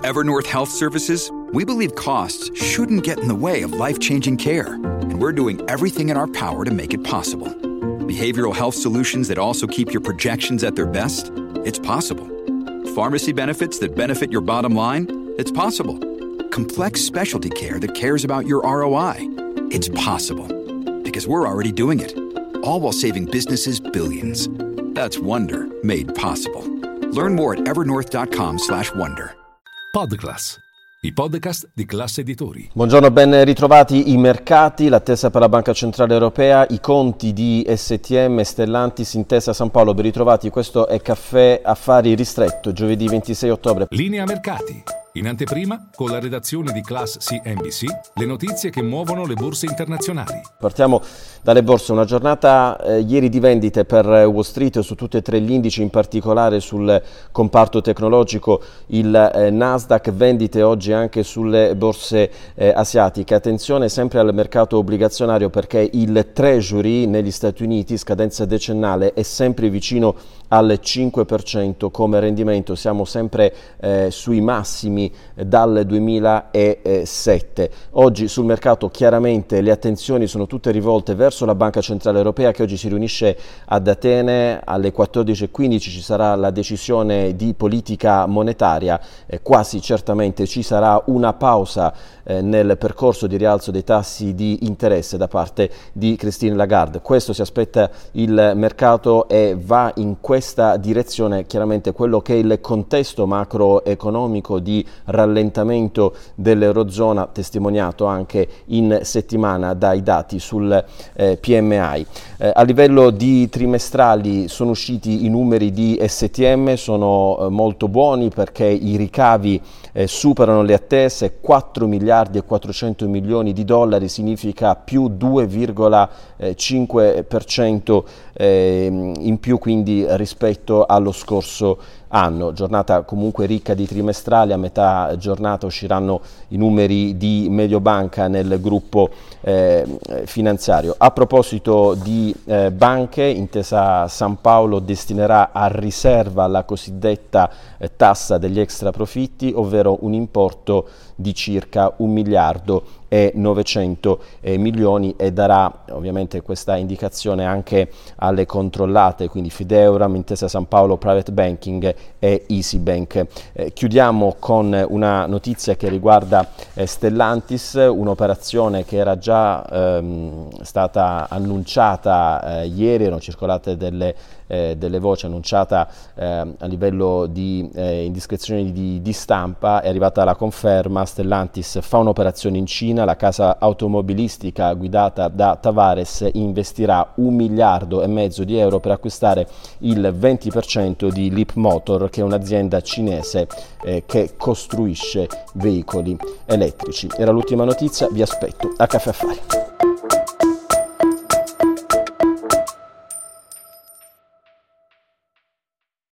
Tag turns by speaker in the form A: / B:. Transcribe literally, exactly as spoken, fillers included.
A: Evernorth Health Services, we believe costs shouldn't get in the way of life-changing care, and we're doing everything in our power to make it possible. Behavioral health solutions that also keep your projections at their best? It's possible. Pharmacy benefits that benefit your bottom line? It's possible. Complex specialty care that cares about your R O I? It's possible. Because we're already doing it. All while saving businesses billions. That's Wonder made possible. Learn more at evernorth.com slash wonder.
B: Podclass, i podcast di Class Editori.
C: Buongiorno, ben ritrovati. I mercati, l'attesa per la Banca Centrale Europea, i conti di S T M, Stellantis, Intesa San Paolo. Ben ritrovati, questo è Caffè Affari Ristretto, giovedì ventisei ottobre.
B: Linea mercati. In anteprima, con la redazione di Class C N B C, le notizie che muovono le borse internazionali.
C: Partiamo dalle borse, una giornata eh, ieri di vendite per Wall Street su tutti e tre gli indici, in particolare sul comparto tecnologico. Il eh, Nasdaq, vendite oggi anche sulle borse eh, asiatiche. Attenzione sempre al mercato obbligazionario, perché il Treasury negli Stati Uniti, scadenza decennale, è sempre vicino al cinque per cento come rendimento. Siamo sempre eh, sui massimi dal duemilasette. Oggi sul mercato chiaramente le attenzioni sono tutte rivolte verso la Banca Centrale Europea, che oggi si riunisce ad Atene. Alle quattordici e quindici ci sarà la decisione di politica monetaria, eh, quasi certamente ci sarà una pausa eh, nel percorso di rialzo dei tassi di interesse da parte di Christine Lagarde. Questo si aspetta il mercato e va in questa direzione chiaramente quello che è il contesto macroeconomico di rallentamento dell'Eurozona, testimoniato anche in settimana dai dati sul eh, P M I. Eh, a livello di trimestrali sono usciti i numeri di S T M, sono eh, molto buoni perché i ricavi eh, superano le attese. Quattro miliardi e quattrocento milioni di dollari significa più due virgola cinque per cento eh, in più quindi rispetto allo scorso anno. Giornata comunque ricca di trimestrali. A metà giornata usciranno i numeri di Mediobanca nel gruppo eh, finanziario. A proposito di eh, banche, Intesa San Paolo destinerà a riserva la cosiddetta eh, tassa degli extra profitti, ovvero un importo di circa un miliardo e novecento eh, milioni, e darà ovviamente questa indicazione anche alle controllate, quindi Fideuram, Intesa San Paolo Private Banking e EasyBank. Eh, chiudiamo con una notizia che riguarda eh, Stellantis, un'operazione che era già ehm, stata annunciata eh, ieri, erano circolate delle Eh, delle voci, annunciata eh, a livello di eh, indiscrezioni di, di stampa. È arrivata la conferma. Stellantis fa un'operazione in Cina, la casa automobilistica guidata da Tavares investirà un miliardo e mezzo di euro per acquistare il venti per cento di Leapmotor, che è un'azienda cinese eh, che costruisce veicoli elettrici. Era l'ultima notizia, vi aspetto a Caffè Affari.